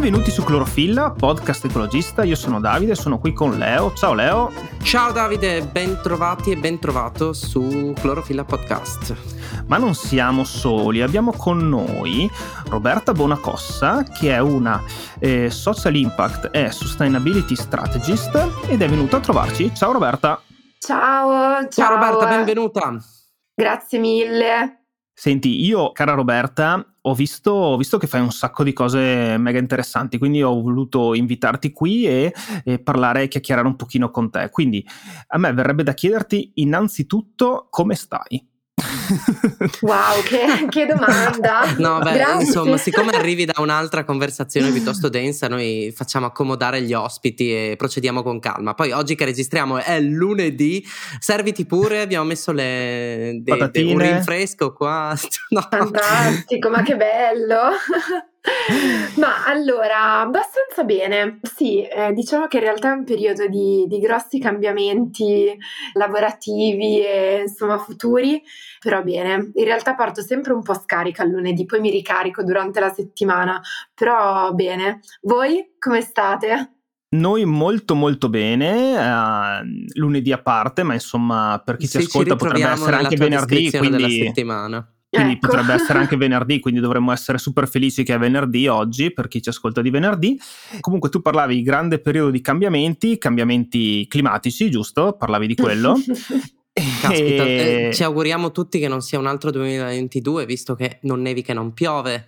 Benvenuti su Clorofilla, podcast ecologista. Io sono Davide, sono qui con Leo. Ciao Leo. Ciao Davide, ben trovati e ben trovato su Clorofilla Podcast. Ma non siamo soli, abbiamo con noi Roberta Bonacossa, che è una Social Impact e Sustainability Strategist ed è venuta a trovarci. Ciao Roberta. Ciao Roberta, benvenuta. Grazie mille. Senti, io, cara Roberta, ho visto che fai un sacco di cose mega interessanti, quindi ho voluto invitarti qui e parlare e chiacchierare un pochino con te. Quindi a me verrebbe da chiederti innanzitutto come stai. Wow, che domanda. No, beh, Grazie. insomma, siccome arrivi da un'altra conversazione piuttosto densa, noi facciamo accomodare gli ospiti e procediamo con calma. Poi oggi che registriamo è lunedì, serviti pure, abbiamo messo un rinfresco qua. No. Fantastico, ma che bello. Ma allora, abbastanza bene. Sì, diciamo che in realtà è un periodo di grossi cambiamenti lavorativi e insomma futuri, però bene. In realtà parto sempre un po' scarica il lunedì, poi mi ricarico durante la settimana, però bene. Voi come state? Noi molto molto bene, lunedì a parte, ma insomma per chi ci ascolta potrebbe essere anche venerdì, della settimana. Quindi Ecco. potrebbe essere anche venerdì, quindi dovremmo essere super felici che è venerdì oggi, per chi ci ascolta di venerdì. Comunque tu parlavi di grande periodo di cambiamenti climatici, giusto? Parlavi di quello. Caspita, ci auguriamo tutti che non sia un altro 2022, visto che non nevica e non piove.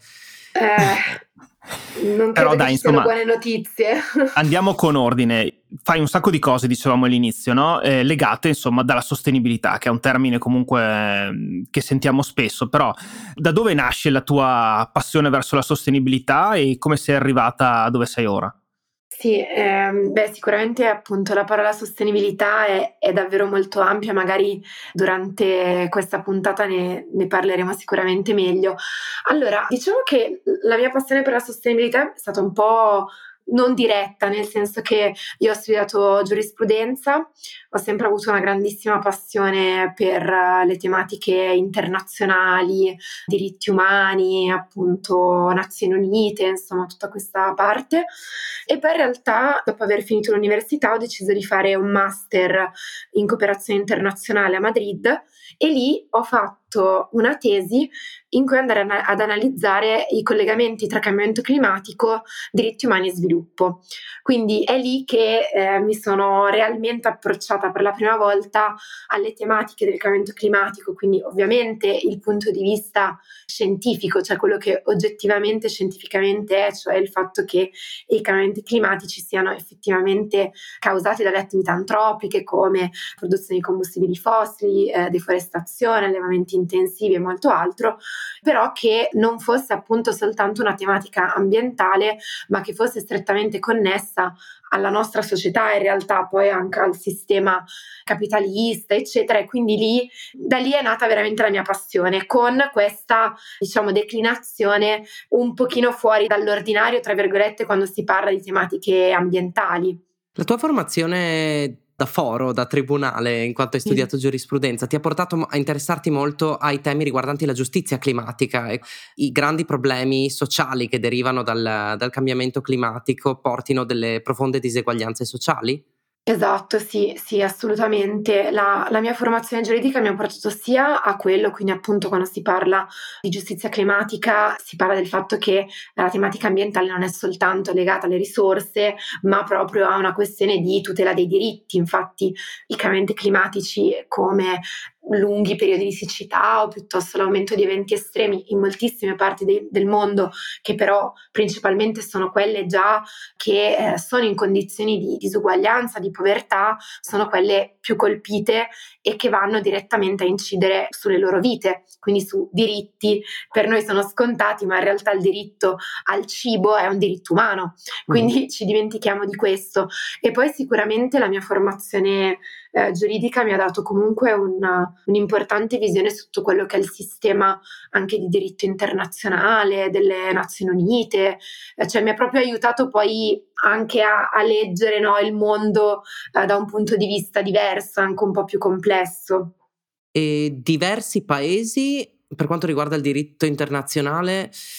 Non credo che ci siano buone notizie. Andiamo con ordine. Fai un sacco di cose, dicevamo all'inizio, no? Legate insomma dalla sostenibilità, che è un termine comunque che sentiamo spesso, però da dove nasce la tua passione verso la sostenibilità e come sei arrivata a dove sei ora? Sì, sicuramente appunto la parola sostenibilità è davvero molto ampia, magari durante questa puntata ne parleremo sicuramente meglio. Allora, diciamo che la mia passione per la sostenibilità è stata un po' non diretta, nel senso che io ho studiato giurisprudenza, ho sempre avuto una grandissima passione per le tematiche internazionali, diritti umani, appunto Nazioni Unite, insomma tutta questa parte. E poi in realtà, dopo aver finito l'università, ho deciso di fare un master in cooperazione internazionale a Madrid e lì ho fatto una tesi in cui andare ad analizzare i collegamenti tra cambiamento climatico, diritti umani e sviluppo. Quindi è lì che mi sono realmente approcciata per la prima volta alle tematiche del cambiamento climatico, quindi ovviamente il punto di vista scientifico, cioè quello che oggettivamente, scientificamente è, cioè il fatto che i cambiamenti climatici siano effettivamente causati dalle attività antropiche come produzione di combustibili fossili, deforestazione, allevamenti intensivi e molto altro, però che non fosse appunto soltanto una tematica ambientale, ma che fosse strettamente connessa alla nostra società, in realtà poi anche al sistema capitalista, eccetera. E quindi da lì è nata veramente la mia passione, con questa, diciamo, declinazione un pochino fuori dall'ordinario, tra virgolette, quando si parla di tematiche ambientali. La tua formazione da foro, da tribunale, in quanto hai studiato giurisprudenza, ti ha portato a interessarti molto ai temi riguardanti la giustizia climatica e i grandi problemi sociali che derivano dal cambiamento climatico portino delle profonde diseguaglianze sociali? Esatto, sì, assolutamente. La mia formazione giuridica mi ha portato sia a quello, quindi appunto quando si parla di giustizia climatica si parla del fatto che la tematica ambientale non è soltanto legata alle risorse, ma proprio a una questione di tutela dei diritti. Infatti i cambiamenti climatici come lunghi periodi di siccità o piuttosto l'aumento di eventi estremi in moltissime parti del mondo, che però principalmente sono quelle già che sono in condizioni di disuguaglianza, di povertà, sono quelle più colpite e che vanno direttamente a incidere sulle loro vite, quindi su diritti per noi sono scontati, ma in realtà il diritto al cibo è un diritto umano, quindi ci dimentichiamo di questo. E poi sicuramente la mia formazione giuridica mi ha dato comunque un'importante visione su tutto quello che è il sistema anche di diritto internazionale, delle Nazioni Unite, cioè mi ha proprio aiutato poi anche a leggere, no, il mondo da un punto di vista diverso, anche un po' più complesso. E diversi paesi, per quanto riguarda il diritto internazionale,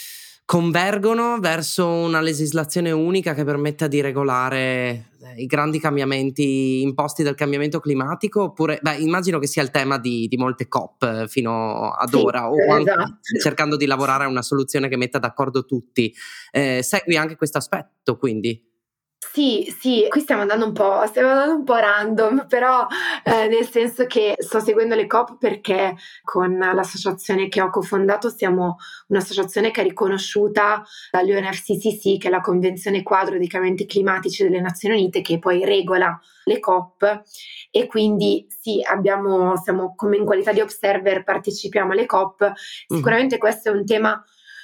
convergono verso una legislazione unica che permetta di regolare i grandi cambiamenti imposti dal cambiamento climatico, oppure immagino che sia il tema di molte COP fino ad ora, o anche cercando di lavorare a una soluzione che metta d'accordo tutti. Segui anche questo aspetto, quindi? Sì, qui stiamo andando un po' random, però nel senso che sto seguendo le COP perché con l'associazione che ho cofondato siamo un'associazione che è riconosciuta dall'UNFCCC, che è la Convenzione Quadro dei Cambiamenti Climatici delle Nazioni Unite, che poi regola le COP, e quindi sì, siamo come in qualità di observer, partecipiamo alle COP. Sicuramente questo è un tema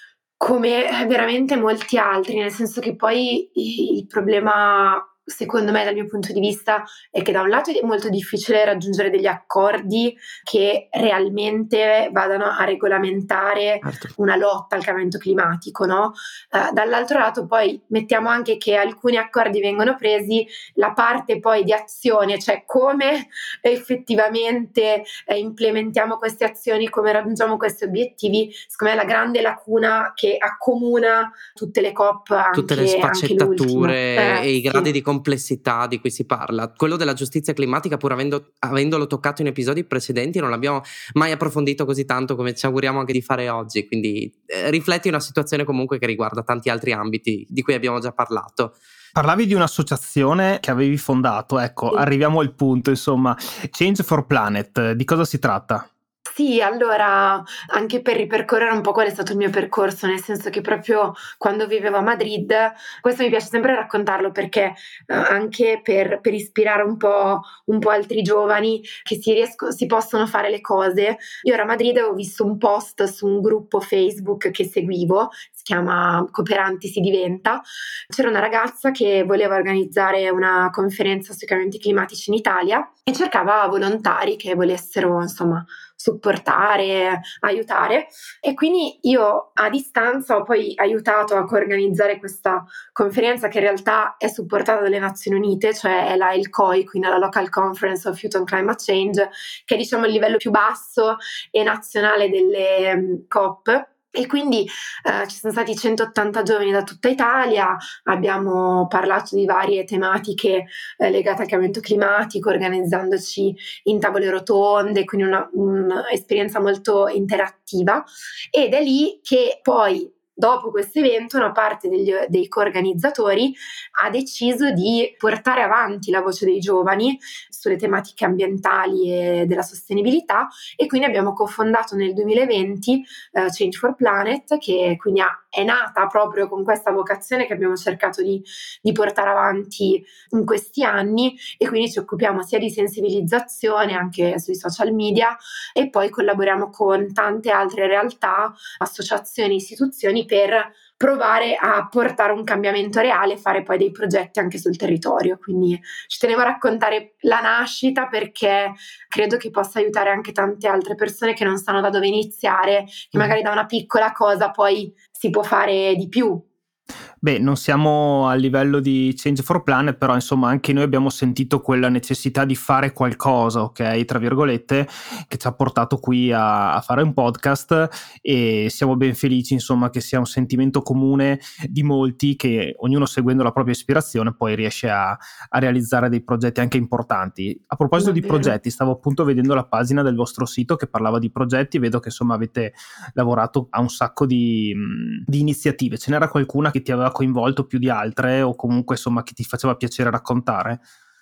come veramente molti altri, nel senso che poi il problema, secondo me, dal mio punto di vista, è che da un lato è molto difficile raggiungere degli accordi che realmente vadano a regolamentare una lotta al cambiamento climatico, no? Dall'altro lato poi mettiamo anche che alcuni accordi vengono presi, la parte poi di azione, cioè come effettivamente implementiamo queste azioni, come raggiungiamo questi obiettivi, secondo me è la grande lacuna che accomuna tutte le COP, anche, tutte le sfaccettature e i gradi sì, di complessità di cui si parla. Quello della giustizia climatica, pur avendolo toccato in episodi precedenti, non l'abbiamo mai approfondito così tanto come ci auguriamo anche di fare oggi, quindi rifletti una situazione comunque che riguarda tanti altri ambiti di cui abbiamo già parlato. Parlavi di un'associazione che avevi fondato, ecco, sì. Arriviamo al punto, insomma, Change for Planet, di cosa si tratta? Sì, allora, anche per ripercorrere un po' qual è stato il mio percorso, nel senso che proprio quando vivevo a Madrid, questo mi piace sempre raccontarlo perché anche per ispirare un po' altri giovani che si possono fare le cose. Io ero a Madrid e avevo visto un post su un gruppo Facebook che seguivo, si chiama Cooperanti si diventa. C'era una ragazza che voleva organizzare una conferenza sui cambiamenti climatici in Italia e cercava volontari che volessero, insomma, supportare, aiutare, e quindi io a distanza ho poi aiutato a coorganizzare questa conferenza, che in realtà è supportata dalle Nazioni Unite, cioè è il COI, quindi la Local Conference of Youth on Climate Change, che è diciamo il livello più basso e nazionale delle COP. E quindi ci sono stati 180 giovani da tutta Italia, abbiamo parlato di varie tematiche legate al cambiamento climatico, organizzandoci in tavole rotonde, quindi un'esperienza molto interattiva, ed è lì che poi, dopo questo evento, una parte dei coorganizzatori ha deciso di portare avanti la voce dei giovani sulle tematiche ambientali e della sostenibilità, e quindi abbiamo cofondato nel 2020 Change for Planet, che quindi è nata proprio con questa vocazione che abbiamo cercato di portare avanti in questi anni, e quindi ci occupiamo sia di sensibilizzazione anche sui social media, e poi collaboriamo con tante altre realtà, associazioni, istituzioni, per provare a portare un cambiamento reale e fare poi dei progetti anche sul territorio. Quindi ci tenevo a raccontare la nascita perché credo che possa aiutare anche tante altre persone che non sanno da dove iniziare, che magari da una piccola cosa poi si può fare di più. Beh, non siamo a livello di Change for Planet, però insomma anche noi abbiamo sentito quella necessità di fare qualcosa, ok, tra virgolette, che ci ha portato qui a fare un podcast, e siamo ben felici insomma che sia un sentimento comune di molti, che ognuno seguendo la propria ispirazione poi riesce a realizzare dei progetti anche importanti. A proposito di progetti, stavo appunto vedendo la pagina del vostro sito che parlava di progetti, vedo che insomma avete lavorato a un sacco di iniziative. Ce n'era qualcuna che ti aveva coinvolto più di altre, o comunque insomma che ti faceva piacere raccontare?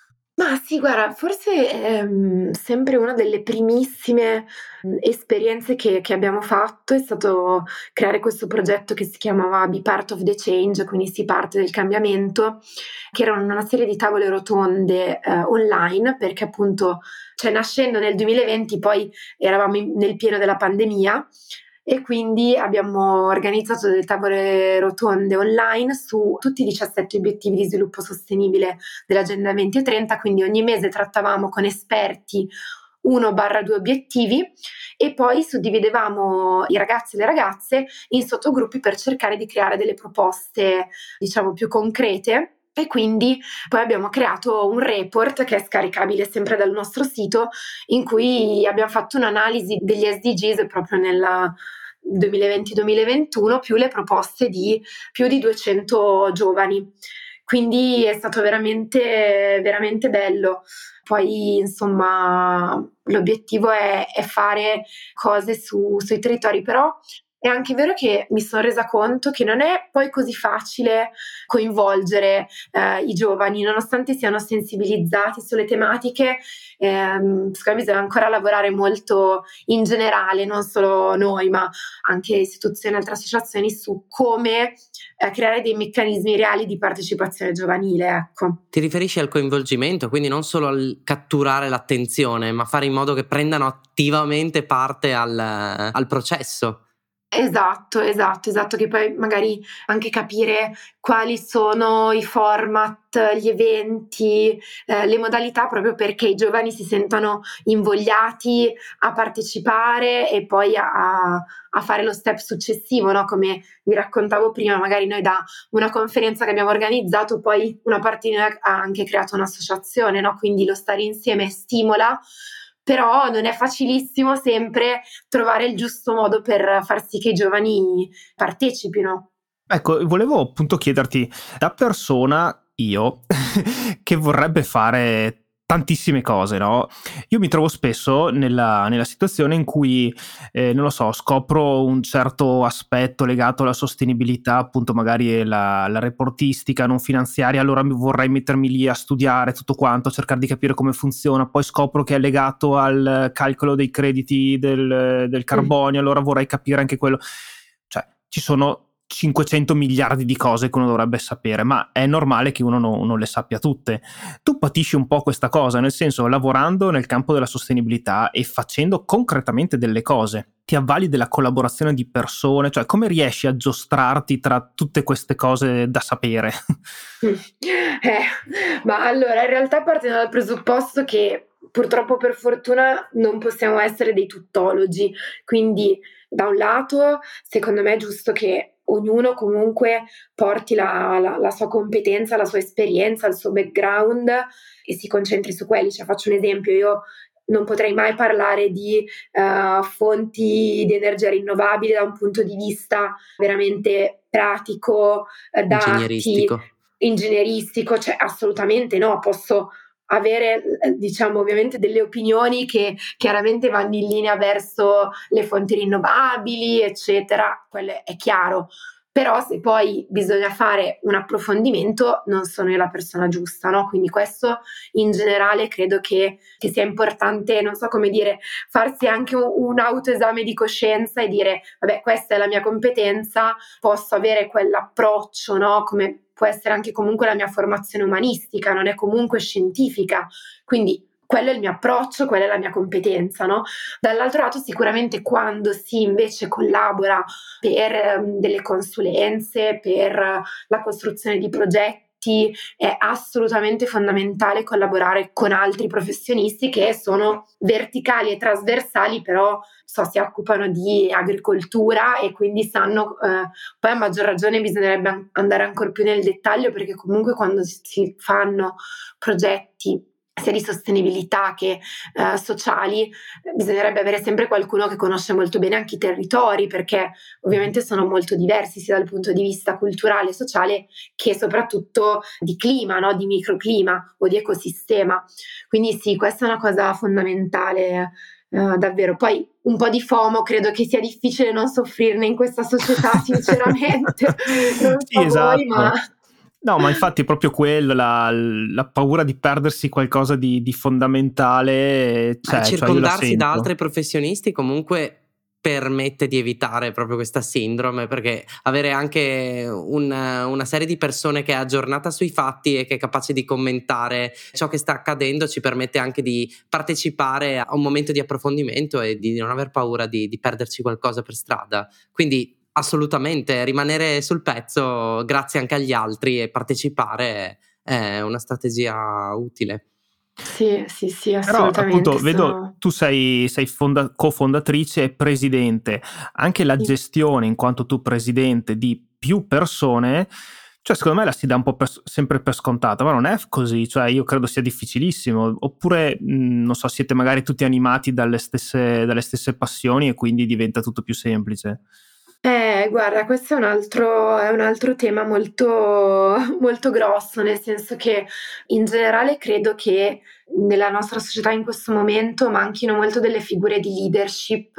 Ma sì, guarda, forse è sempre una delle primissime esperienze che abbiamo fatto è stato creare questo progetto che si chiamava Be Part of the Change, quindi si parte del cambiamento, che erano una serie di tavole rotonde online, perché appunto, cioè, nascendo nel 2020 poi eravamo nel pieno della pandemia, e quindi abbiamo organizzato delle tavole rotonde online su tutti i 17 obiettivi di sviluppo sostenibile dell'Agenda 2030, quindi ogni mese trattavamo con esperti 1/2 obiettivi, e poi suddividevamo i ragazzi e le ragazze in sottogruppi per cercare di creare delle proposte, diciamo, più concrete. E quindi poi abbiamo creato un report che è scaricabile sempre dal nostro sito, in cui abbiamo fatto un'analisi degli SDGs proprio 2020-2021 più le proposte di più di 200 giovani. Quindi è stato veramente, veramente bello. Poi, insomma, l'obiettivo è fare cose sui territori, però è anche vero che mi sono resa conto che non è poi così facile coinvolgere i giovani, nonostante siano sensibilizzati sulle tematiche. Secondo me bisogna ancora lavorare molto in generale, non solo noi, ma anche istituzioni e altre associazioni, su come creare dei meccanismi reali di partecipazione giovanile, ecco. Ti riferisci al coinvolgimento, quindi non solo al catturare l'attenzione, ma fare in modo che prendano attivamente parte al processo. Esatto, che poi magari anche capire quali sono i format, gli eventi, le modalità, proprio perché i giovani si sentano invogliati a partecipare e poi a fare lo step successivo, no? Come vi raccontavo prima, magari noi da una conferenza che abbiamo organizzato, poi una parte di noi ha anche creato un'associazione, no? Quindi lo stare insieme stimola, però non è facilissimo sempre trovare il giusto modo per far sì che i giovani partecipino. Ecco, volevo appunto chiederti, da persona, io, che vorrebbe fare tantissime cose, no? Io mi trovo spesso nella situazione in cui, non lo so, scopro un certo aspetto legato alla sostenibilità, appunto magari la reportistica non finanziaria, allora vorrei mettermi lì a studiare tutto quanto, a cercare di capire come funziona, poi scopro che è legato al calcolo dei crediti del carbonio, allora vorrei capire anche quello. Cioè, ci sono 500 miliardi di cose che uno dovrebbe sapere, ma è normale che uno non le sappia tutte. Tu patisci un po' questa cosa, nel senso, lavorando nel campo della sostenibilità e facendo concretamente delle cose, ti avvali della collaborazione di persone, cioè come riesci a giostrarti tra tutte queste cose da sapere? Ma allora, in realtà partendo dal presupposto che purtroppo, per fortuna, non possiamo essere dei tuttologi, quindi da un lato secondo me è giusto che ognuno comunque porti la sua competenza, la sua esperienza, il suo background e si concentri su quelli. Cioè, faccio un esempio, io non potrei mai parlare di fonti di energia rinnovabile da un punto di vista veramente pratico, dati, ingegneristico, cioè assolutamente no. Posso avere, diciamo, ovviamente delle opinioni che chiaramente vanno in linea verso le fonti rinnovabili, eccetera, quello è chiaro. Però se poi bisogna fare un approfondimento, non sono io la persona giusta, no? Quindi questo in generale credo che sia importante, non so come dire, farsi anche un autoesame di coscienza e dire, vabbè, questa è la mia competenza, posso avere quell'approccio, no? Come può essere anche comunque la mia formazione umanistica, non è comunque scientifica, quindi quello è il mio approccio, quella è la mia competenza, no? Dall'altro lato sicuramente quando si invece collabora per delle consulenze, per la costruzione di progetti, è assolutamente fondamentale collaborare con altri professionisti che sono verticali e trasversali, però si occupano di agricoltura e quindi sanno, poi a maggior ragione bisognerebbe andare ancora più nel dettaglio, perché comunque quando si fanno progetti sia di sostenibilità che sociali, bisognerebbe avere sempre qualcuno che conosce molto bene anche i territori, perché ovviamente sono molto diversi sia dal punto di vista culturale, sociale, che soprattutto di clima, no? Di microclima o di ecosistema. Quindi sì, questa è una cosa fondamentale, davvero. Poi un po' di FOMO credo che sia difficile non soffrirne in questa società, sinceramente. Non sì, so esatto. voi, ma... No, ma infatti è proprio quello, la paura di perdersi qualcosa di fondamentale. Cioè, circondarsi da altri professionisti comunque permette di evitare proprio questa sindrome, perché avere anche una serie di persone che è aggiornata sui fatti e che è capace di commentare ciò che sta accadendo ci permette anche di partecipare a un momento di approfondimento e di non aver paura di perderci qualcosa per strada. Quindi assolutamente rimanere sul pezzo grazie anche agli altri e partecipare è una strategia utile. Sì, assolutamente. Però appunto vedo tu sei cofondatrice e presidente, anche la gestione in quanto tu presidente di più persone Cioè, secondo me la si dà un po' sempre per scontata, ma non è così, cioè io credo sia difficilissimo, oppure non so, siete magari tutti animati dalle stesse passioni e quindi diventa tutto più semplice. Guarda, questo è un altro tema molto, molto grosso, nel senso che in generale credo che nella nostra società in questo momento manchino molto delle figure di leadership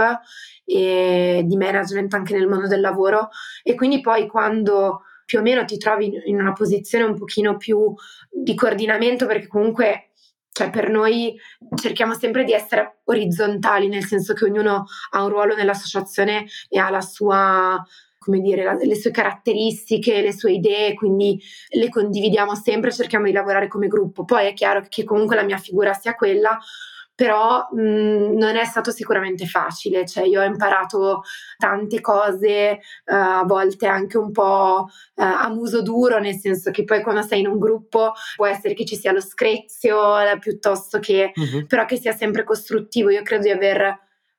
e di management anche nel mondo del lavoro, e quindi poi quando più o meno ti trovi in una posizione un pochino più di coordinamento, perché comunque, cioè, per noi cerchiamo sempre di essere orizzontali, nel senso che ognuno ha un ruolo nell'associazione e ha la sua, come dire, le sue caratteristiche, le sue idee, quindi le condividiamo sempre, cerchiamo di lavorare come gruppo. Poi è chiaro che comunque la mia figura sia quella, però non è stato sicuramente facile, cioè io ho imparato tante cose, a volte anche un po' a muso duro, nel senso che poi quando sei in un gruppo può essere che ci sia lo screzio piuttosto che, però che sia sempre costruttivo. Io credo di aver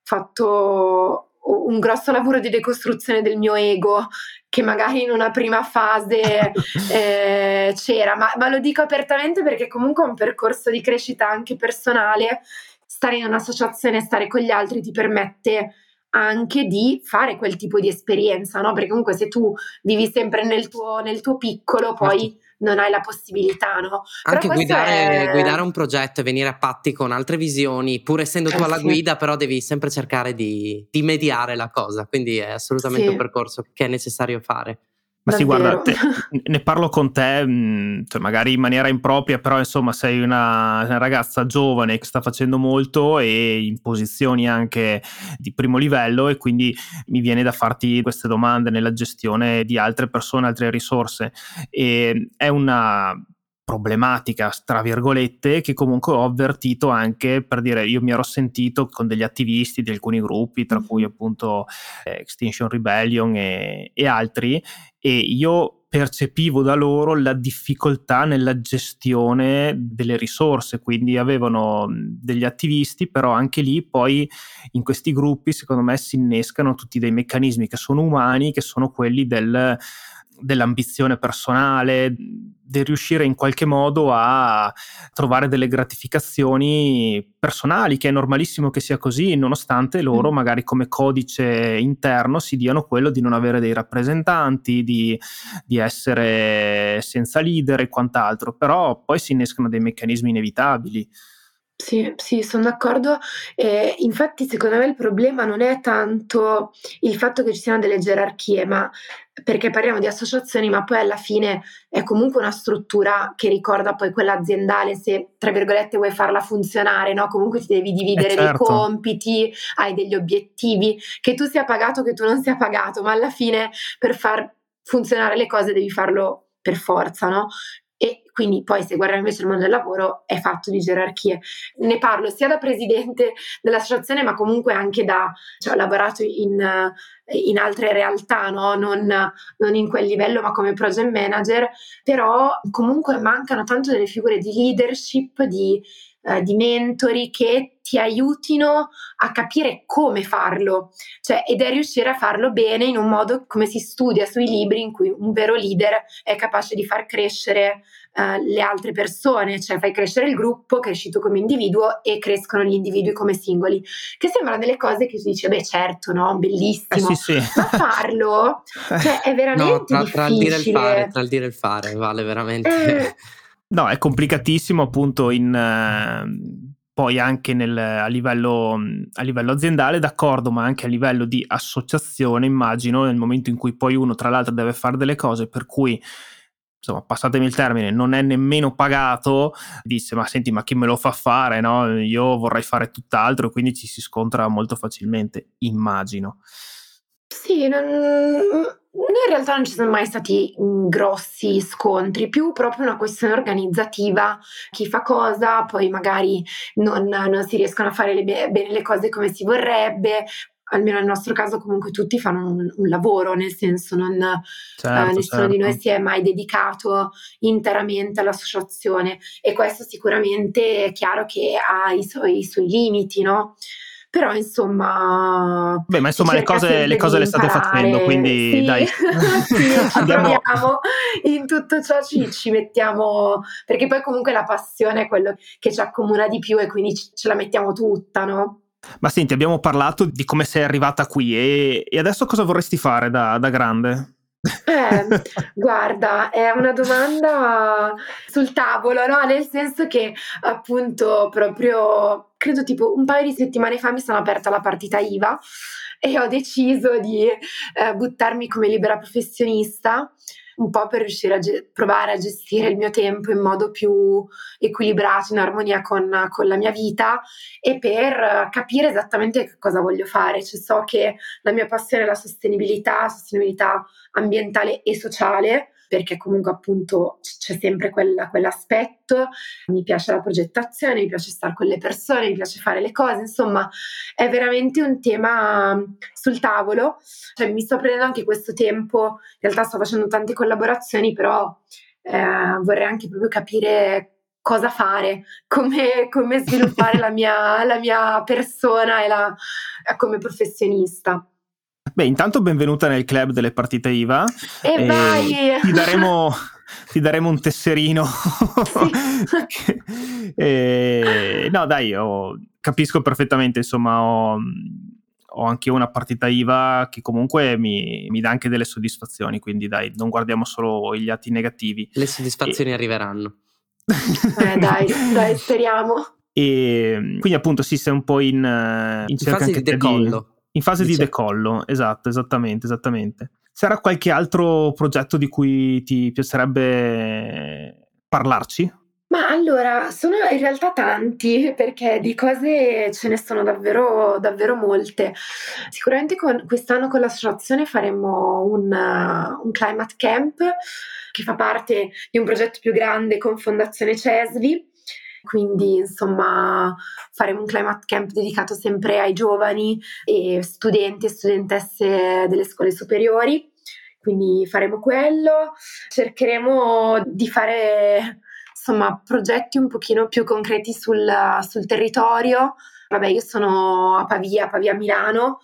fatto un grosso lavoro di decostruzione del mio ego, che magari in una prima fase c'era, ma lo dico apertamente perché comunque è un percorso di crescita anche personale. Stare in un'associazione, stare con gli altri ti permette anche di fare quel tipo di esperienza, no? Perché comunque se tu vivi sempre nel tuo piccolo, poi non hai la possibilità, no? Anche Però guidare un progetto e venire a patti con altre visioni, pur essendo tu alla guida, però devi sempre cercare di mediare la cosa, quindi è assolutamente un percorso che è necessario fare. Ma davvero. sì, guarda, ne parlo con te, cioè magari in maniera impropria, però insomma sei una ragazza giovane che sta facendo molto e in posizioni anche di primo livello, e quindi mi viene da farti queste domande nella gestione di altre persone, altre risorse, e è una problematica, tra virgolette, che comunque ho avvertito anche, per dire, io mi ero sentito con degli attivisti di alcuni gruppi, tra cui appunto Extinction Rebellion e altri, e io percepivo da loro la difficoltà nella gestione delle risorse, quindi avevano degli attivisti, però anche lì poi in questi gruppi secondo me si innescano tutti dei meccanismi che sono umani, che sono quelli dell'ambizione personale, di riuscire in qualche modo a trovare delle gratificazioni personali, che è normalissimo che sia così, nonostante loro magari come codice interno si diano quello di non avere dei rappresentanti, di essere senza leader e quant'altro, però poi si innescano dei meccanismi inevitabili. Sì, son d'accordo. Infatti secondo me il problema non è tanto il fatto che ci siano delle gerarchie, ma perché parliamo di associazioni, ma poi alla fine è comunque una struttura che ricorda poi quella aziendale, se tra virgolette vuoi farla funzionare, no, comunque ti devi dividere dei Certo. compiti, hai degli obiettivi, che tu sia pagato, che tu non sia pagato, ma alla fine per far funzionare le cose devi farlo per forza, no? E quindi poi se guardiamo invece il mondo del lavoro è fatto di gerarchie. Ne parlo sia da presidente dell'associazione, ma comunque anche cioè ho lavorato in altre realtà, no? Non in quel livello, ma come project manager, però comunque mancano tanto delle figure di leadership, di mentori che ti aiutino a capire come farlo, cioè, ed è riuscire a farlo bene in un modo come si studia sui libri, in cui un vero leader è capace di far crescere le altre persone, cioè fai crescere il gruppo, cresci tu come individuo e crescono gli individui come singoli, che sembrano delle cose che si dice, beh certo, no, bellissimo, Sì. ma farlo, cioè è veramente No, tra il dire e il fare, difficile. vale veramente. No, è complicatissimo appunto poi anche a livello aziendale, d'accordo, ma anche a livello di associazione, immagino, nel momento in cui poi uno tra l'altro deve fare delle cose per cui, insomma, passatemi il termine, non è nemmeno pagato, dice ma senti, ma chi me lo fa fare, no? Io vorrei fare tutt'altro, quindi ci si scontra molto facilmente, immagino. Sì, noi in realtà non ci sono mai stati grossi scontri, più proprio una questione organizzativa, chi fa cosa, poi magari non si riescono a fare bene le cose come si vorrebbe. Almeno nel nostro caso comunque tutti fanno un lavoro, nel senso nessuno di noi si è mai dedicato interamente all'associazione, e questo sicuramente è chiaro che ha i suoi limiti, no? però insomma... Beh, ma insomma le cose le state facendo, quindi sì, dai. sì, ci proviamo, in tutto ciò ci mettiamo, perché poi comunque la passione è quello che ci accomuna di più e quindi ce la mettiamo tutta, no? Ma senti, abbiamo parlato di come sei arrivata qui e adesso cosa vorresti fare da grande? Guarda, è una domanda sul tavolo, no? Nel senso che appunto proprio credo tipo un paio di settimane fa mi sono aperta la partita IVA e ho deciso di buttarmi come libera professionista, un po' per riuscire a provare a gestire il mio tempo in modo più equilibrato, in armonia con la mia vita e per capire esattamente che cosa voglio fare. Cioè, so che la mia passione è la sostenibilità ambientale e sociale, perché comunque appunto c'è sempre quell'aspetto, mi piace la progettazione, mi piace stare con le persone, mi piace fare le cose, insomma è veramente un tema sul tavolo, cioè mi sto prendendo anche questo tempo, in realtà sto facendo tante collaborazioni, però vorrei anche proprio capire cosa fare, come sviluppare la mia persona come professionista. Beh, intanto benvenuta nel club delle partite IVA. E vai! Ti daremo un tesserino. Sì. No, dai, capisco perfettamente, insomma, ho anche una partita IVA che comunque mi dà anche delle soddisfazioni, quindi dai, non guardiamo solo gli atti negativi. Le soddisfazioni arriveranno. Dai, speriamo. E quindi appunto sì, sei un po' in cerca fase anche di decollo. In fase di decollo, esatto, esattamente. C'era qualche altro progetto di cui ti piacerebbe parlarci? Ma allora, sono in realtà tanti, perché di cose ce ne sono davvero, davvero molte. Sicuramente quest'anno con l'associazione faremo un climate camp che fa parte di un progetto più grande con Fondazione CESVI. Quindi insomma faremo un climate camp dedicato sempre ai giovani e studenti e studentesse delle scuole superiori, quindi faremo quello, cercheremo di fare insomma progetti un pochino più concreti sul territorio. Vabbè, io sono a Pavia Milano,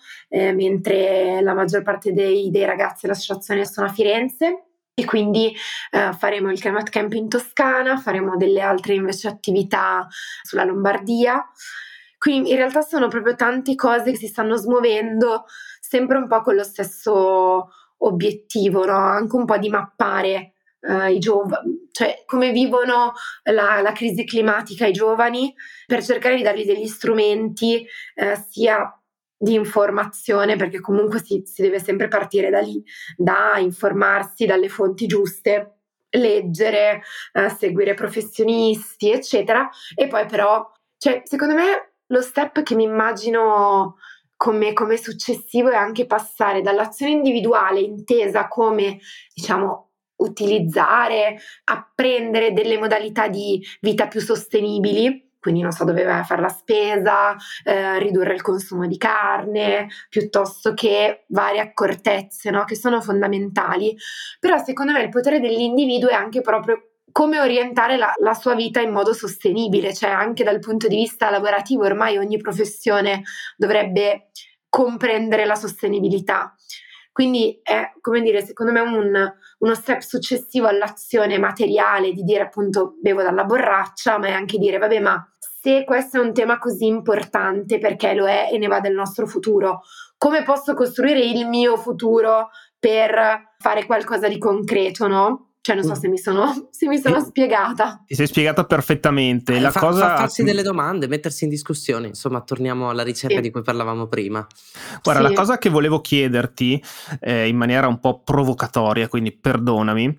mentre la maggior parte dei ragazzi dell'associazione sono a Firenze. E quindi faremo il climate camp in Toscana, faremo delle altre invece attività sulla Lombardia. Quindi in realtà sono proprio tante cose che si stanno smuovendo, sempre un po' con lo stesso obiettivo, no? Anche un po' di mappare i giovani, cioè come vivono la crisi climatica i giovani, per cercare di dargli degli strumenti sia di informazione, perché comunque si deve sempre partire da lì, da informarsi dalle fonti giuste, leggere, seguire professionisti, eccetera. E poi però, cioè, secondo me lo step che mi immagino come successivo è anche passare dall'azione individuale intesa come, diciamo, utilizzare, apprendere delle modalità di vita più sostenibili, quindi non so, dove vai a fare la spesa, ridurre il consumo di carne, piuttosto che varie accortezze, no? Che sono fondamentali. Però secondo me il potere dell'individuo è anche proprio come orientare la sua vita in modo sostenibile, cioè anche dal punto di vista lavorativo ormai ogni professione dovrebbe comprendere la sostenibilità. Quindi è, come dire, secondo me uno step successivo all'azione materiale di dire appunto bevo dalla borraccia, ma è anche dire vabbè, ma se questo è un tema così importante perché lo è e ne va del nostro futuro, come posso costruire il mio futuro per fare qualcosa di concreto, no? Cioè non so se mi sono spiegata. Ti sei spiegata perfettamente. Farsi delle domande, mettersi in discussione, insomma torniamo alla ricerca di cui parlavamo prima. Guarda, la cosa che volevo chiederti in maniera un po' provocatoria, quindi perdonami.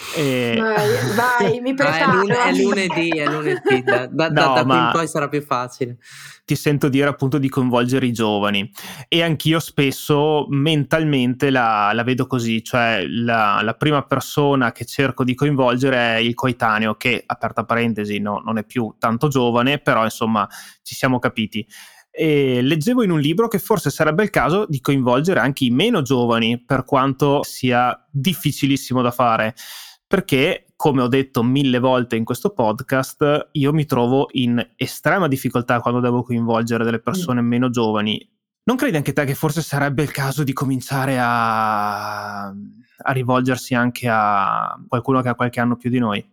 Vai, mi preparo. È lunedì, da qui in poi sarà più facile. Ti sento dire appunto di coinvolgere i giovani e anch'io spesso mentalmente la vedo così, cioè la prima persona che cerco di coinvolgere è il coetaneo che, aperta parentesi, no, non è più tanto giovane, però insomma ci siamo capiti. E leggevo in un libro che forse sarebbe il caso di coinvolgere anche i meno giovani, per quanto sia difficilissimo da fare, perché come ho detto 1000 volte in questo podcast, io mi trovo in estrema difficoltà quando devo coinvolgere delle persone meno giovani. Non credi anche te che forse sarebbe il caso di cominciare a rivolgersi anche a qualcuno che ha qualche anno più di noi?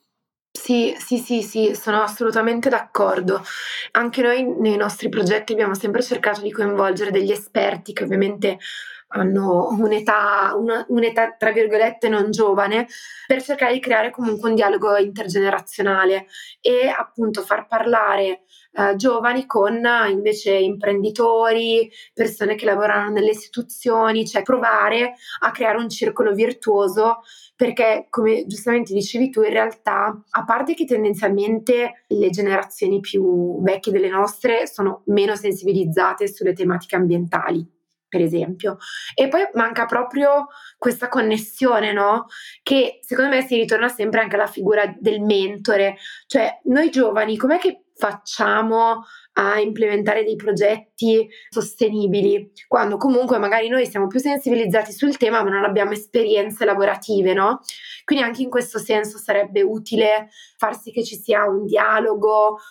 Sì, sono assolutamente d'accordo. Anche noi nei nostri progetti abbiamo sempre cercato di coinvolgere degli esperti che ovviamente hanno un'età tra virgolette non giovane, per cercare di creare comunque un dialogo intergenerazionale e appunto far parlare giovani con invece imprenditori, persone che lavorano nelle istituzioni, cioè provare a creare un circolo virtuoso, perché come giustamente dicevi tu, in realtà, a parte che tendenzialmente le generazioni più vecchie delle nostre sono meno sensibilizzate sulle tematiche ambientali, per esempio, e poi manca proprio questa connessione, no? Che secondo me si ritorna sempre anche alla figura del mentore, cioè noi giovani com'è che facciamo a implementare dei progetti sostenibili quando comunque magari noi siamo più sensibilizzati sul tema ma non abbiamo esperienze lavorative, no? Quindi anche in questo senso sarebbe utile far sì che ci sia un dialogo,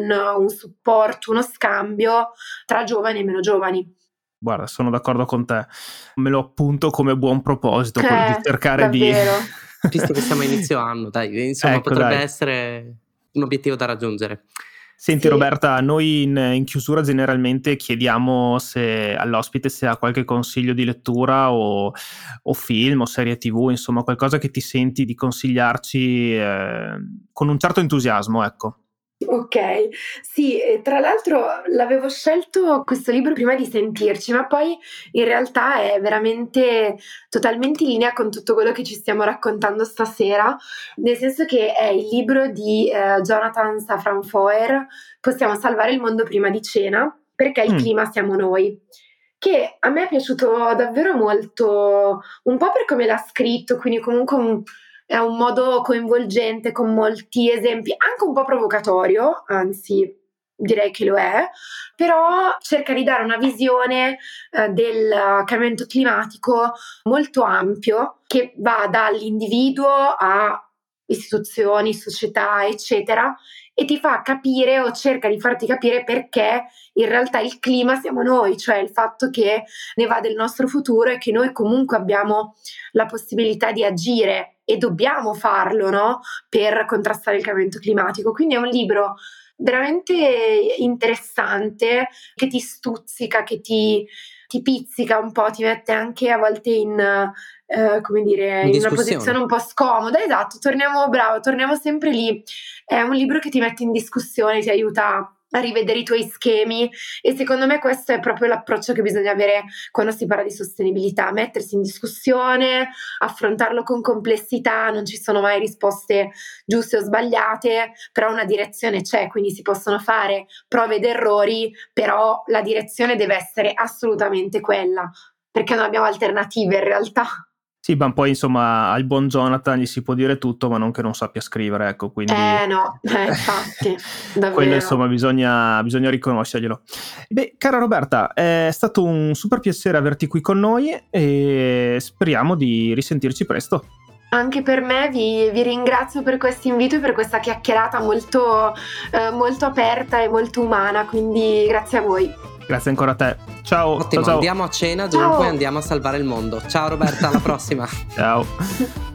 un supporto, uno scambio tra giovani e meno giovani. Guarda, sono d'accordo con te, me lo appunto come buon proposito, quello di cercare davvero. Visto che siamo a inizio anno, dai, insomma, ecco, potrebbe dai. essere un obiettivo da raggiungere. Senti Sì. Roberta, noi in chiusura generalmente chiediamo se all'ospite se ha qualche consiglio di lettura o film o serie TV, insomma qualcosa che ti senti di consigliarci con un certo entusiasmo, ecco. Ok, sì, e tra l'altro l'avevo scelto questo libro prima di sentirci, ma poi in realtà è veramente totalmente in linea con tutto quello che ci stiamo raccontando stasera, nel senso che è il libro di Jonathan Safran Foer, Possiamo salvare il mondo prima di cena, perché il clima siamo noi. Che a me è piaciuto davvero molto, un po' per come l'ha scritto, quindi comunque è un modo coinvolgente con molti esempi, anche un po' provocatorio, anzi direi che lo è, però cerca di dare una visione del cambiamento climatico molto ampio, che va dall'individuo a istituzioni, società, eccetera, e ti fa capire o cerca di farti capire perché in realtà il clima siamo noi, cioè il fatto che ne va del nostro futuro e che noi comunque abbiamo la possibilità di agire e dobbiamo farlo, no? Per contrastare il cambiamento climatico. Quindi è un libro veramente interessante, che ti stuzzica, che ti pizzica un po', ti mette anche a volte in come dire, in una posizione un po' scomoda. Esatto, torniamo sempre lì. È un libro che ti mette in discussione, ti aiuta a rivedere i tuoi schemi, e secondo me questo è proprio l'approccio che bisogna avere quando si parla di sostenibilità: mettersi in discussione, affrontarlo con complessità. Non ci sono mai risposte giuste o sbagliate, però una direzione c'è, quindi si possono fare prove ed errori, però la direzione deve essere assolutamente quella, perché non abbiamo alternative in realtà. Sì, ma poi insomma al buon Jonathan gli si può dire tutto, ma non che non sappia scrivere, ecco, quindi No, infatti, davvero. quello insomma bisogna riconoscerglielo. Beh, cara Roberta, è stato un super piacere averti qui con noi e speriamo di risentirci presto. Anche per me, vi ringrazio per questo invito e per questa chiacchierata molto aperta e molto umana, quindi grazie a voi. Grazie ancora a te. Ciao. Ottimo, ciao. Andiamo a cena dunque, Ciao. Andiamo a salvare il mondo. Ciao Roberta, alla prossima. Ciao.